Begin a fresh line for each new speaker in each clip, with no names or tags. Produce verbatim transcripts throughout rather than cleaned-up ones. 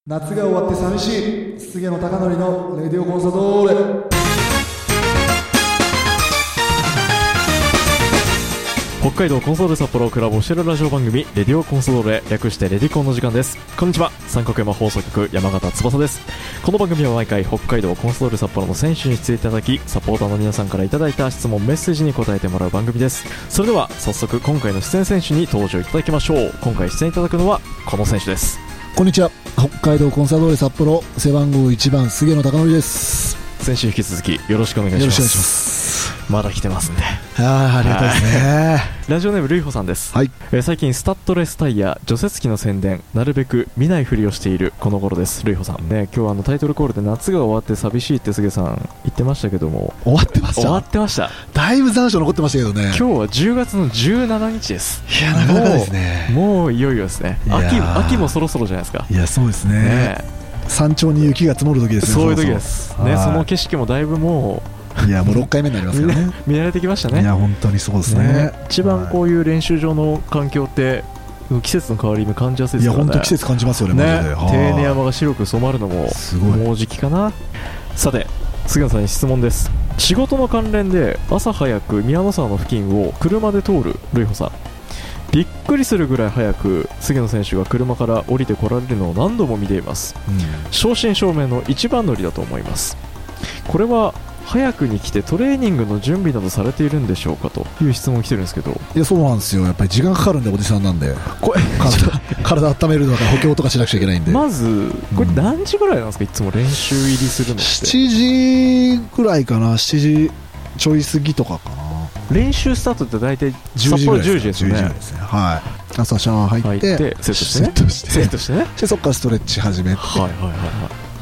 夏が終わって寂しい菅野貴則のレディオコンサドーレ。
北海道コンソール札幌クラブオフィシャルラジオ番組レディオコンソドーレ、略してレディコンの時間です。こんにちは、三角山放送局山形翼です。この番組は毎回北海道コンソール札幌の選手に出演いただき、サポーターの皆さんからいただいた質問メッセージに答えてもらう番組です。それでは早速今回の出演選手に登場いただきましょう。今回出演いただくのはこの選手です。
こんにちは、北海道コンサドーレ札幌背番号いちばん菅野貴則です。
先週引き続きよろしくお願いします。
よろしくお願いします。
まだ来てますんで、
あ, ありがたいですね。
ラジオネームルイホさんです、
はい
えー、最近スタッドレスタイヤ除雪機の宣伝なるべく見ないふりをしているこの頃です。ルイホさんね、今日はあのタイトルコールで夏が終わって寂しいって菅さん言ってましたけども、
終わってました。
終わってました。
だいぶ残暑残ってましたけどね。
今日はじゅうがつのじゅうしちにちです。
いや、なかなかですね。
もう、もういよいよですね。秋、秋もそろそろじゃないですか。
いや、そうですね。ね、山頂に雪が積もる時ですね。
そういう時ですね。その景色もだいぶもう
いやもうろっかいめになりますからね。
見慣れてきましたね。
いや本当にそうです ね, ね。
一番こういう練習場の環境って季節の変わり目感じやすいですからね。
いや本当季節感じますよね。
ね、
マジで
手根山が白く染まるのももう時期かな。さて菅野さんに質問です。仕事の関連で朝早く宮の沢の付近を車で通るルイホさん、びっくりするぐらい早く菅野選手が車から降りてこられるのを何度も見ています、うん、正真正銘の一番乗りだと思います。これは早くに来てトレーニングの準備などされているんでしょうかという質問来てるんですけど。い
やそうなんですよ。やっぱり時間かかるんで、おじさんなんでこれ体, 体温めるとか補強とかしなくちゃいけないんで。
まずこれ何時ぐらいなんですか、いつも練習入りするのって。
しちじぐらいかな。しちじちょい過ぎとかかな。
練習スタートって大体札幌じゅうじですよね。じゅうじですね。はい。
朝シャワー入って、
入ってセットしてね。セットしてね。
でそこからストレッチ始めて、はいはいはいはい、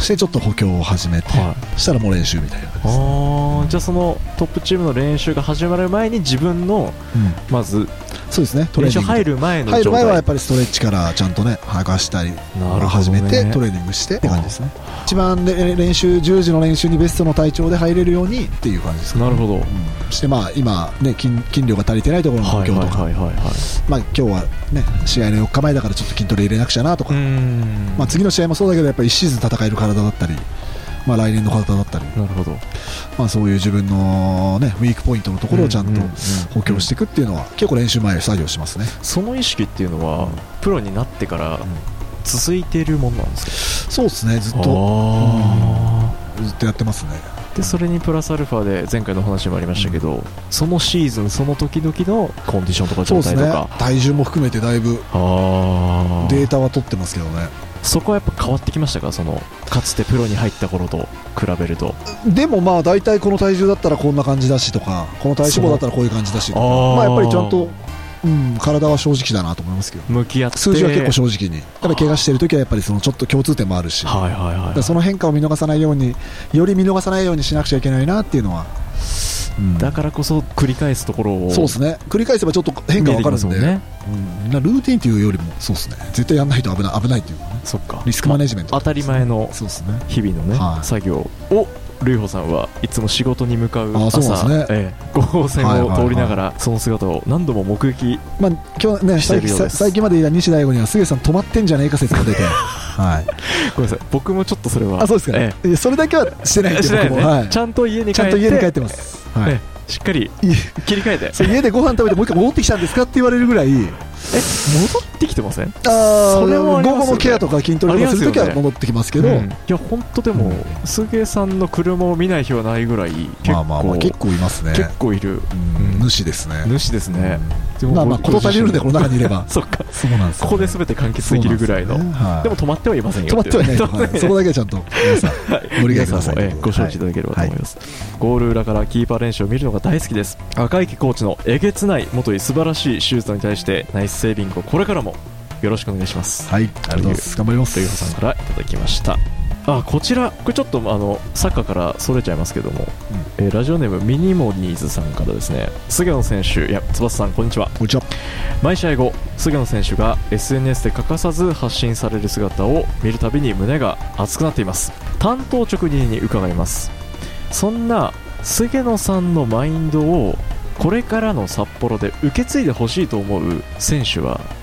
してちょっと補強を始めて、はい、したらもう練習みたいな感じです、ね。あ、
じゃあそのトップチームの練習が始まる前に自分の、うん、まず
そうですね、トレーニング
練習入る前の状態。
入る前はやっぱりストレッチからちゃんとね剥がしたり始めて、ね、トレーニングしてって感じですね。一番練習じゅうじの練習にベストの体調で入れるようにっていう感じですか、ね。なるほど、うん、してまあ今ね 筋, 筋量が足りてないところの補強とか、まあ今日はね試合のよっかまえだからちょっと筋トレ入れなくちゃなとか、まあ次の試合もそうだけどやっぱりいちシーズン戦える体だったり、まあ、来年の体だったり、なるほど、まあ、そういう自分の、ね、ウィークポイントのところをちゃんと補強していくっていうのは結構練習前作業しますね。
その意識っていうのはプロになってから続いているものなんですか。
そうですね、ずっと、うん、ずっとやってますね。
でそれにプラスアルファで前回の話もありましたけど、うん、そのシーズンその時々のコンディションとか状態とか、ね、
体重も含めてだいぶデータは取ってますけどね。
そこはやっぱ変わってきましたか、そのかつてプロに入った頃と比べると。
でもまあ大体この体重だったらこんな感じだしとか、この体脂肪だったらこういう感じだしとか、まあやっぱりちゃんと、うん、体は正直だなと思いますけど、
向き合って
数字は結構正直に、やっぱり怪我してる時はやっぱりそのちょっと共通点もあるし、はいはいはい、その変化を見逃さないように、より見逃さないようにしなくちゃいけないなっていうのは、
うん、だからこそ繰り返すところを、
そうですね、繰り返せばちょっと変化分かるんで、ね、うん、ルーティンというよりもそうですね、絶対やらないと危ない、危ないというかね、そっか、リスクマネジメント、
まあ、当たり前の日々のね、はい、作業をルイホさんはいつも仕事に向かう朝、ねええ、ご号線を通りながらその姿を何度も目撃しているようです。まあ今日ね、最近、
最近までいた西大吾には菅さん止まってんじゃねえか説が出てはい、
ごめんなさい、僕もちょっとそれは、
あ、そうですか、ね、ええ、それだけはしてないんで、僕も、ね、はい、
ちゃんと家に帰って
ちゃんと家に帰ってます、はい、え
え、しっかり切り替えて
そう家でご飯食べてもう一回戻ってきたんですかって言われるぐらい、え、
戻ってきてません？
あ、それは午後のケアとか筋トレとかするときは戻ってきますけど、うん、い
や本当でも、うん、菅さんの車を見ない日はないぐらい結構、まあまあまあ結構いますね。結構いる、
うん、主ですね。
主ですね。
うん、まあまあ事足りるんでこの中にいれば
そっか、
そうなんです、ね、
ここで全て完結できるぐらいの、で, ね、はい、でも止まってはいませんよ。
止まってはいない、はい、そこだけはちゃんと皆さんご理解ください、
えご承知いただければと思います、はいはい、ゴール裏からキーパー練習を見るのが大好きです。赤池コーチのえげつない元い素晴らしい手術に対してナイスセービングをこれからもよろしくお願いします。
はい、ありがとうございます。頑張ります。
というさんからいただきました。あ、こちらこれちょっとあのサッカーからそれちゃいますけども、うん、えー、ラジオネームミニモニーズさんからですね、菅野選手、いや翼さんこんにちは。
こんにちは。
毎試合後菅野選手が エスエヌエス で欠かさず発信される姿を見るたびに胸が熱くなっています。単刀直入に伺います。そんな菅野さんのマインドをこれからの札幌で受け継いでほしいと思う選手は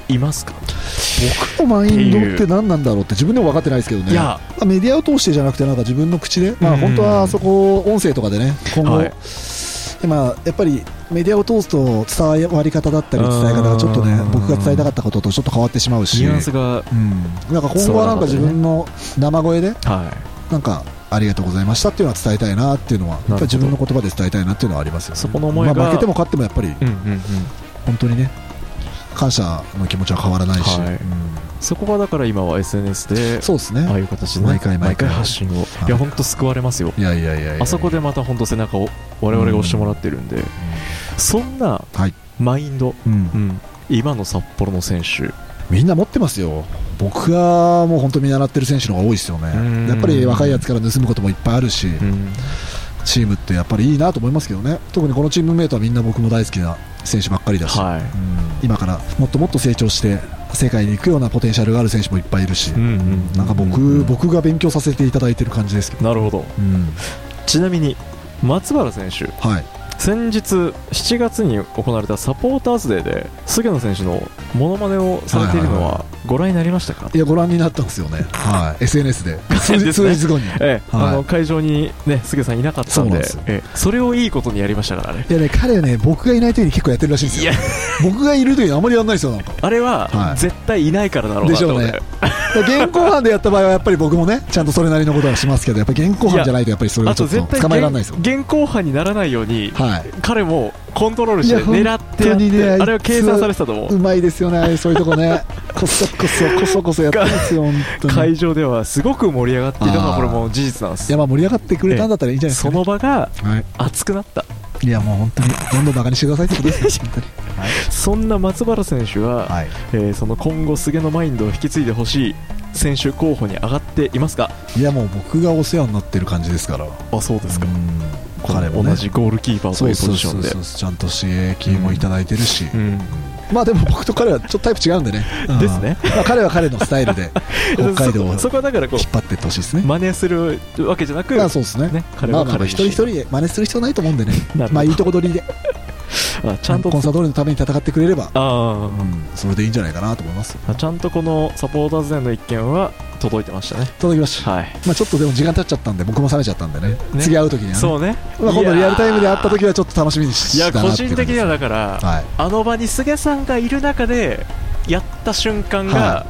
いますか？
僕のマインドって何なんだろうって自分でも分かってないですけどね。いやメディアを通してじゃなくてなんか自分の口で、まあ、本当はあそこ音声とかでね今後、はい、まあ、やっぱりメディアを通すと伝わり方だったり伝え方がちょっとね僕が伝えたかったこととちょっと変わってしまうし、
ニュアンスが、
うん、なんか今後はなんか自分の生声で、はい、なんかありがとうございましたっていうのは伝えたいなっていうのはやっぱり自分の言葉で伝えたいなっていうのはありますよね。
そこの思いが、
まあ、負けても勝ってもやっぱり、うんうんうん、本当にね感謝の気持ちは変わらないし、はい、うん、そ
こがだから今は エスエヌエス で
そうですね、
ああいう形で、ね、
毎回毎回
発信を、はい、いや本当救われますよ。
いやいやいやいやいや、
あそこでまた本当背中を我々が押してもらってるんで、うん、そんなマインド、はい、うんうん、今の札幌の選手
みんな持ってますよ。僕はもう本当見習ってる選手の方が多いですよね。やっぱり若いやつから盗むこともいっぱいあるし、チームってやっぱりいいなと思いますけどね。特にこのチームメイトはみんな僕も大好きな選手ばっかりだし、はい、うん、今からもっともっと成長して世界に行くようなポテンシャルがある選手もいっぱいいるし、うんうん、なんか 僕, 僕が勉強させていただいてる感じですけど。
なるほど、うん、ちなみに松原選手、はい、先日しちがつに行われたサポーターズデーで菅野選手のモノマネをされているのはご覧になりましたか？
いやご覧になったんですよね、はい、エスエヌエス で数日、数日後に、
ええ、はい、あの会場に、ね、菅さんいなかったん で, そ, んで、ええ、それをいいことにやりましたからね。
いやね、彼はね僕がいない時に結構やってるらしいんですよ。僕がいる時にあんまりやらないですよ。なんかあ
れは、はい、絶対いないからだろうな
でしょうね。現行犯でやった場合はやっぱり僕もねちゃんとそれなりのことはしますけど、やっぱり現行犯じゃないとやっぱりそれはちょっと捕まえられないですよ。
現行犯にならないように、はい、彼もコントロールして狙ってやって、ね、あれは計算されてたと思う。
うまいですよね、そういうとこね。こそこそこそこそやってますよ本当に。
会場ではすごく盛り上がっていたのはこれも事実なんです。
いやまあ盛り上がってくれたんだったらいいんじゃないですか、ね、
その場が熱くなった、はい、
いやもう本当にどんどんバカにしてくださいってことですよ本当に、
はい、そんな松原選手は、はい、えー、その今後菅のマインドを引き継いでほしい選手候補に上がっていますか？
いやもう僕がお世話になってる感じですから。
あ、そうですか。彼も、ね、同じゴールキーパーというポジションで
そうそうそうそう、ちゃんと刺激もいただいてるし、うんうん、まあでも僕と彼はちょっとタイプ違うんでね
ですね、
まあ、彼は彼のスタイルで北海道を引っ
そこはだからこう
張っていってほしいですね。
真似するわけじゃなく、
あ、そうですね、ね、彼は彼、まあ、まあ一人一人で真似する必要ないと思うんでねまあいいとこ取りであちゃんとコンサドーレのために戦ってくれれば、あ、うん、それでいいんじゃないかなと思います。
ちゃんとこのサポーターズデーの一件は届いてましたね。
届きました、はい、まあ、ちょっとでも時間経っちゃったんで僕も冷めちゃったんで ね, ね次会う時にはね、
そうね、
まあ、今度リアルタイムで会った時はちょっと楽しみにしてたなって。
いや個人的にはだから、はい、あの場に菅さんがいる中でやった瞬間が、はい、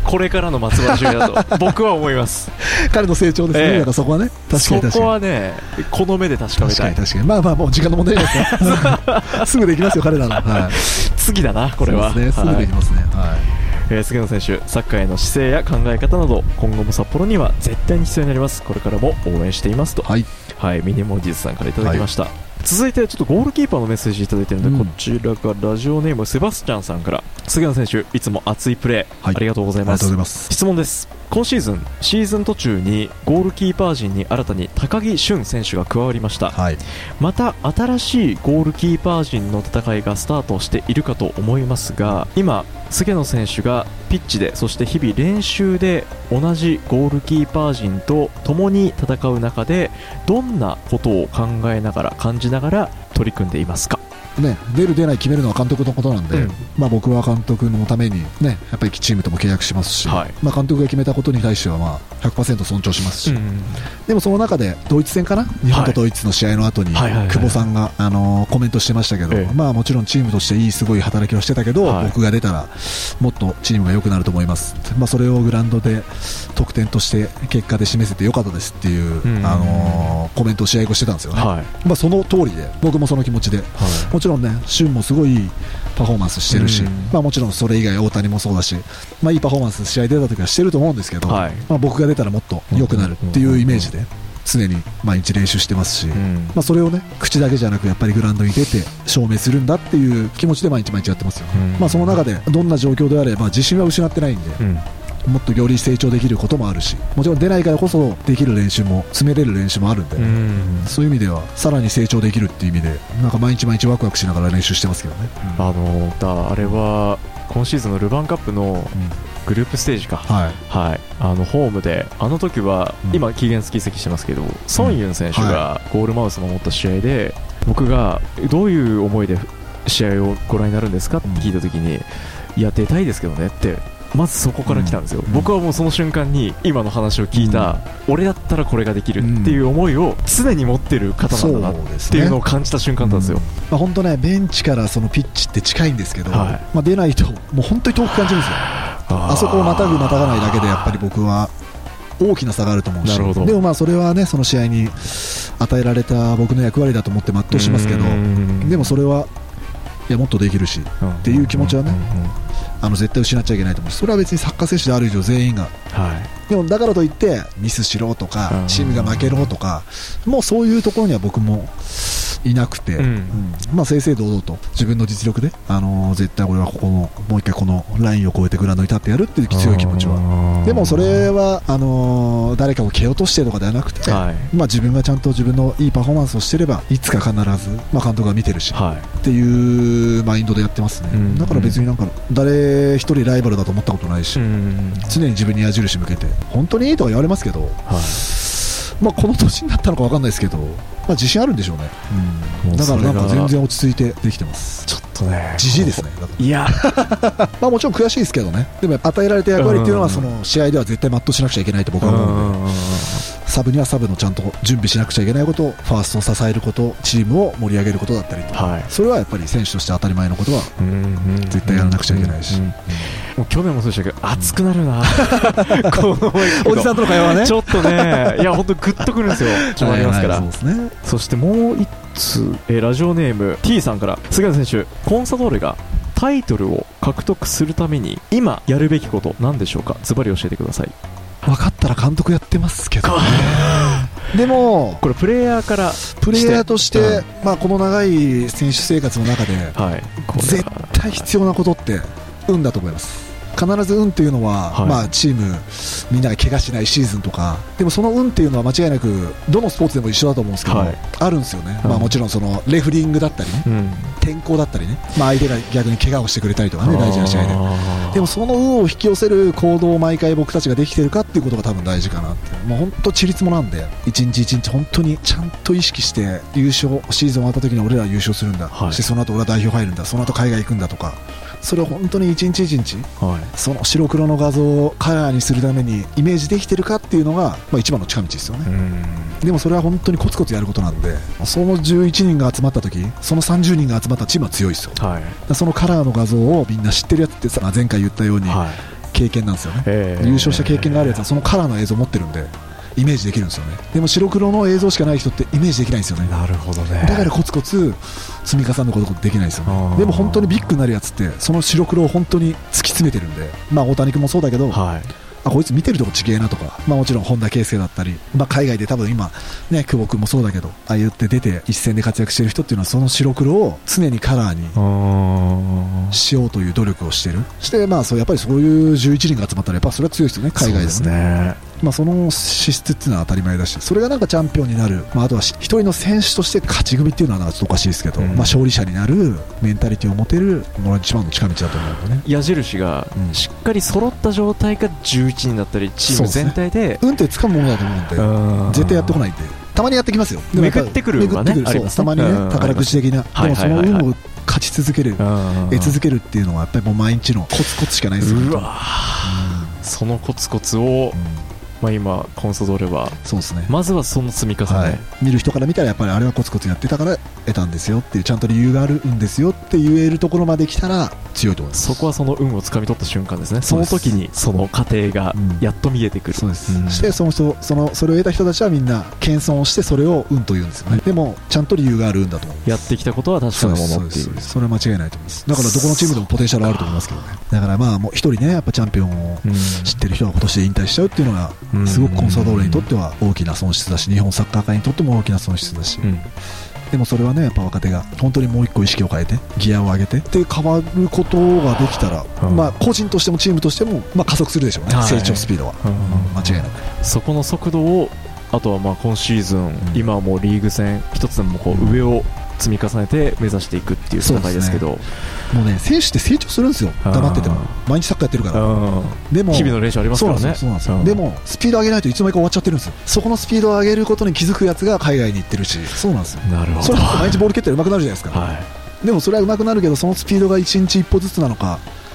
これからの松原修だと僕は思います
彼の成長ですね、えー、だからそこはね、確かに確かに
そこはねこの目で確かめたい。
確かに確かに、まあまあもう時間の問題ですかすぐできますよ彼らの、はい、
次だなこれは。
そうですね、すぐできますね、はい、
えー、菅野選手、サッカーへの姿勢や考え方など今後も札幌には絶対に必要になります。これからも応援していますと、はい、はい、ミニモーディズさんからいただきました、はい。続いてちょっとゴールキーパーのメッセージいただいているので、うん、こちらがラジオネームセバスチャンさんから、菅野選手いつも熱いプレー、はい、ありがとうございます。質問です。今シーズンシーズン途中にゴールキーパー陣に新たに高木俊選手が加わりました、はい、また新しいゴールキーパー陣の戦いがスタートしているかと思いますが、今菅野選手がピッチでそして日々練習で同じゴールキーパー陣と共に戦う中でどんなことを考えながら感じながら取り組んでいますか？
ね、出る出ない決めるのは監督のことなんで、うん、まあ、僕は監督のために、ね、やっぱりチームとも契約しますし、はい、まあ、監督が決めたことに対してはまあ ひゃくパーセント 尊重しますし、うん、でもその中でドイツ戦かな、日本とドイツの試合の後に久保さんが、あのー、コメントしてましたけど、まあ、もちろんチームとしていいすごい働きをしてたけど、はい、僕が出たらもっとチームが良くなると思います、まあ、それをグラウンドで得点として結果で示せて良かったですっていう、うん、あのー、コメントを試合後してたんですよね、はい、まあ、その通りで僕もその気持ちで、はい、もちろんね俊もすごいいいパフォーマンスしてるし、まあ、もちろんそれ以外大谷もそうだし、まあ、いいパフォーマンス試合出た時はしてると思うんですけど、はい、まあ、僕が出たらもっと良くなるっていうイメージで常に毎日練習してますし、まあ、それをね口だけじゃなくやっぱりグラウンドに出て証明するんだっていう気持ちで毎日毎日やってますよ、まあ、その中でどんな状況であれば自信は失ってないんで、もっとより成長できることもあるし、もちろん出ないからこそできる練習も詰めれる練習もあるんで、うん、そういう意味ではさらに成長できるっていう意味でなんか毎日毎日ワクワクしながら練習してますけどね、
うん、あのだあれは今シーズンのルヴァンカップのグループステージか、はいはい、あのホームであの時は、うん、今キーゲンスキー席してますけど、ソン・ユン選手がゴールマウスを守った試合で、僕がどういう思いで試合をご覧になるんですかって聞いた時に、 いや出たいですけどねってまずそこから来たんですよ、うん、僕はもうその瞬間に今の話を聞いた、うん、俺だったらこれができるっていう思いを常に持ってる方なんだなっていうのを感じた瞬間なんですよ、うん
まあ、本当ねベンチからそのピッチって近いんですけど、はいまあ、出ないともう本当に遠く感じるんですよ。 あ, あそこをまたぐまたがないだけでやっぱり僕は大きな差があると思うし、でもまあそれはねその試合に与えられた僕の役割だと思って全うしますけど、でもそれはいやもっとできるしっていう気持ちはねあの絶対失っちゃいけないと思うし、それは別にサッカー選手である以上全員が、はい、でもだからといってミスしろとかチームが負けろとかもうそういうところには僕もいなくて、うんうんまあ、正々堂々と自分の実力で、あのー、絶対俺はここのもう一回このラインを越えてグラウンドに立ってやるっていう強い気持ちは、でもそれはあのー、誰かを蹴落としてとかではなくて、はいまあ、自分がちゃんと自分のいいパフォーマンスをしていればいつか必ず、まあ、監督が見てるし、はい、っていうマインドでやってますね、うん、だから別になんか誰一人ライバルだと思ったことないし、うん、常に自分に矢印向けて本当にいいとか言われますけど、はいまあ、この年になったのか分かんないですけど、まあ、自信あるんでしょうね、うん、だからなんか全然落ち着いてできてます。
ちょっとね
じじいですね。
いや
まあもちろん悔しいですけどね、でも与えられた役割っていうのはその試合では絶対全うしなくちゃいけないと僕は思うので、サブにはサブのちゃんと準備しなくちゃいけないこと、ファーストを支えること、チームを盛り上げることだったりとか、はい、それはやっぱり選手として当たり前のことは絶対やらなくちゃいけないし、
もう去年もそうでしたけど熱くなるなこの
おじさんとの会話はね
ちょっとねいや本当グッとくるんですよ決まりますから、はいはい そうですね、そしてもう一つ、えー、ラジオネーム T さんから菅野選手コンサドーレがタイトルを獲得するために今やるべきこと何でしょうか、ズバリ教えてください。
分かったら監督やってますけどねでも
これプレイヤーから
プレイヤーとして、うんまあ、この長い選手生活の中で、はい、絶対必要なことって運だと思います。必ず運っていうのは、はいまあ、チームみんなが怪我しないシーズンとか、でもその運っていうのは間違いなくどのスポーツでも一緒だと思うんですけど、はい、あるんですよね、まあ、もちろんそのレフリングだったりね、うん、天候だったりね、まあ、相手が逆に怪我をしてくれたりとかね、大事な試合で、でもその運を引き寄せる行動を毎回僕たちができてるかっていうことが多分大事かなって、もう本当ちりつもなんで一日一日本当にちゃんと意識して優勝シーズン終わった時に俺らは優勝するんだ、はい、そしてその後俺は代表入るんだ、その後海外行くんだとか、それを本当に一日一日、はい、その白黒の画像をカラーにするためにイメージできてるかっていうのが、まあ、一番の近道ですよね。でもそれは本当にコツコツやることなんで、そのじゅういちにんが集まった時、そのさんじゅうにんが集まったチームは強いですよ、はい、そのカラーの画像をみんな知ってるやつってさ、前回言ったように経験なんですよね、はい、優勝した経験があるやつはそのカラーの映像を持ってるんでイメージできるんですよね。でも白黒の映像しかない人ってイメージできないんですよね。
なるほどね。
だからコツコツ積み重ねることできないですよね。でも本当にビッグになるやつってその白黒を本当に突き詰めてるんで、まあ大谷君もそうだけど、はい、あこいつ見てるとこ違えなとか、まあ、もちろん本田圭佑だったり、まあ、海外で多分今、ね、久保君もそうだけど、ああ言って出て一戦で活躍してる人っていうのはその白黒を常にカラーにしようという努力をしてる。して、まあ、そうやっぱりそういうじゅういちにんが集まったらやっぱそれは強いですよね、海外でもね。まあ、その資質っていうのは当たり前だし、それがなんかチャンピオンになる、まあ、あとは一人の選手として勝ち組っていうのはなんかちょっとおかしいですけど、うん、まあ、勝利者になるメンタリティを持てるのが一番の近道だと思うんでね。
矢印がしっかり揃った状態がじゅういちにんだったりチーム全体で
運って掴むものだと思うんで、絶対やってこないんで、たまにやってきますよ。でも
めくってくる運はね、ありますね。
たまにね、宝くじ的な、でもその運を勝ち続ける、得続けるっていうのはやっぱりもう毎日のコツコツしかないですよね。
うわ、うん、そのコツコツを、うんまあ、今コンソドーレはそうですね、まずはその積み重ね、はい、
見る人から見たらやっぱりあれはコツコツやってたから得たんですよっていう、ちゃんと理由があるんですよって言えるところまで来たら強いと思います。
そこはその運をつかみ取った瞬間ですね。その時にその過程がやっと見えてくる、うん、そうです、うん、してその人そのそれを得た人たちはみんな謙遜をしてそれを運と言うんですよね、うん、でもちゃんと理由がある運だと思う。やってきたことは確かなものっていう、
それは間違いないと思います。だからどこのチームでもポテンシャルあると思いますけどね。だからまあもう一人ね、やっぱチャンピオンを知ってる人が今年で引退しちゃうっていうのがすごくコンサドーレにとっては大きな損失だし、日本サッカー界にとっても大きな損失だし、うん、でもそれはねやっぱ若手が本当にもう一個意識を変えてギアを上げてで変わることができたら、うん、まあ個人としてもチームとしてもまあ加速するでしょうね、はい、成長スピードは、うん、間違いなく
そこの速度を、あとはまあ今シーズン、うん、今はもうリーグ戦一つでもこう上を積み重ねて目指していくっていう戦いですけど、ね、
もうね選手って成長するんですよ、黙ってても毎日サッカーやってるから。
でも日々の練習ありますからね。
そうなんですよ。でもスピード上げないといつの間にか終わっちゃってるんですよ。そこのスピードを上げることに気づくやつが海外に行ってるし、そうなんですよ。
なるほど。
それ毎日ボール蹴ったら上手くなるじゃないですか、はい、でもそれは上手くなるけどそのスピードがいちにち一歩ずつなのか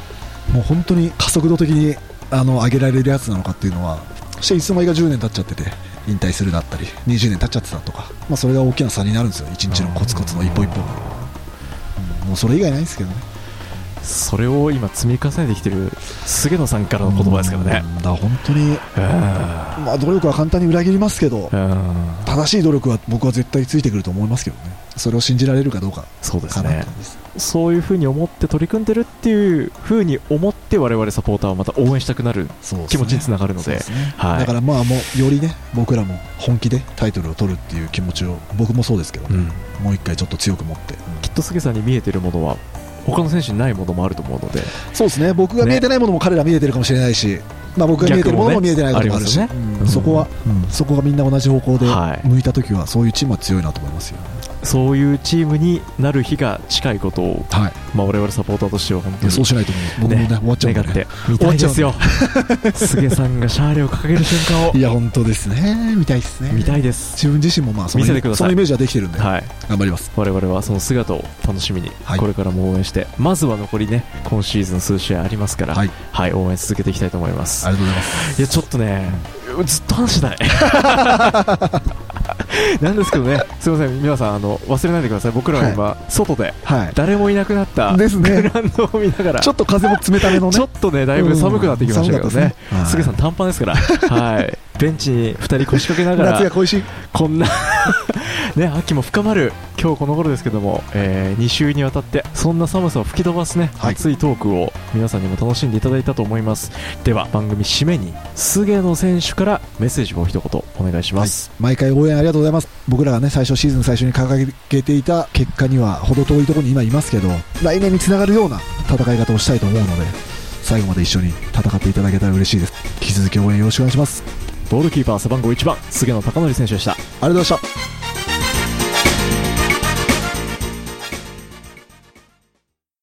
もう本当に加速度的にあの上げられるやつなのかっていうのは、そしていつの間にかじゅうねん経っちゃってて引退するだったりにじゅうねん経っちゃってたとか、まあ、それが大きな差になるんですよ、一日のコツコツの一歩一歩、うん、もうそれ以外ないんですけどね。
それを今積み重ねてきてる菅野さんからの言葉ですからね。
だから本当に、まあ、努力は簡単に裏切りますけど、正しい努力は僕は絶対ついてくると思いますけどね。それを信じられるかどうか。
そうですね。そういうふうに思って取り組んでるっていうふうに思って我々サポーターはまた応援したくなる気持ちにつながるので、
はい、だからまあもうよりね僕らも本気でタイトルを取るっていう気持ちを僕もそうですけど、ね、うん、もう一回ちょっと強く持って、
きっと菅さんに見えてるものは他の選手にないものもあると思うので、
そうですね、僕が見えてないものも彼ら見えてるかもしれないし、ね、まあ、僕が見えてるものも見えてないこともあるし、ね、うん、そこは、うん、そこがみんな同じ方向で向いたときはそういうチームは強いなと思いますよ、ね、
そういうチームになる日が近いことを、はい、まあ、我々サポーターとしては本当に
そうしないと思う、僕もね、終わっちゃうんで、ね、
願って見たいですよ菅さんがシャーレを掲げる瞬間を、
いや本当ですね、見たいですね、
見たいです。
自分自身もまあその
見せてください。
そのイメージはできてるんで、はい、頑張ります。
我々はその姿を楽しみに、はい、これからも応援して、まずは残りね今シーズン数試合ありますから、はい、はい、応援続けていきたいと思います。
ありがとうございます。
いやちょっとね、うん、ずっと話したいなんですけどね、すみません、皆さんあの忘れないでください。僕らは今、はい、外で、はい、誰もいなくなった
です、ね、
グラウンドを見ながら、
ちょっと風も冷ためのね、
ちょっとねだいぶ寒くなってきましたけどね、菅、うん、さん短パンですから、はい、ベンチにふたり腰掛けながら
夏が恋しい
こんなね、秋も深まる今日この頃ですけども、えー、に週にわたってそんな寒さを吹き飛ばすね、はい、熱いトークを皆さんにも楽しんでいただいたと思います。では番組締めに菅野選手からメッセージを一言お願いします、
はい、毎回応援ありがとうございます。僕らがね最初シーズン最初に掲げていた結果には程遠いところに今いますけど、来年につながるような戦い方をしたいと思うので、最後まで一緒に戦っていただけたら嬉しいです。引き続き応援よろしくお願いします。
ゴールキーパー背番号いちばん菅野貴則選手でした。あ
りがとうございました。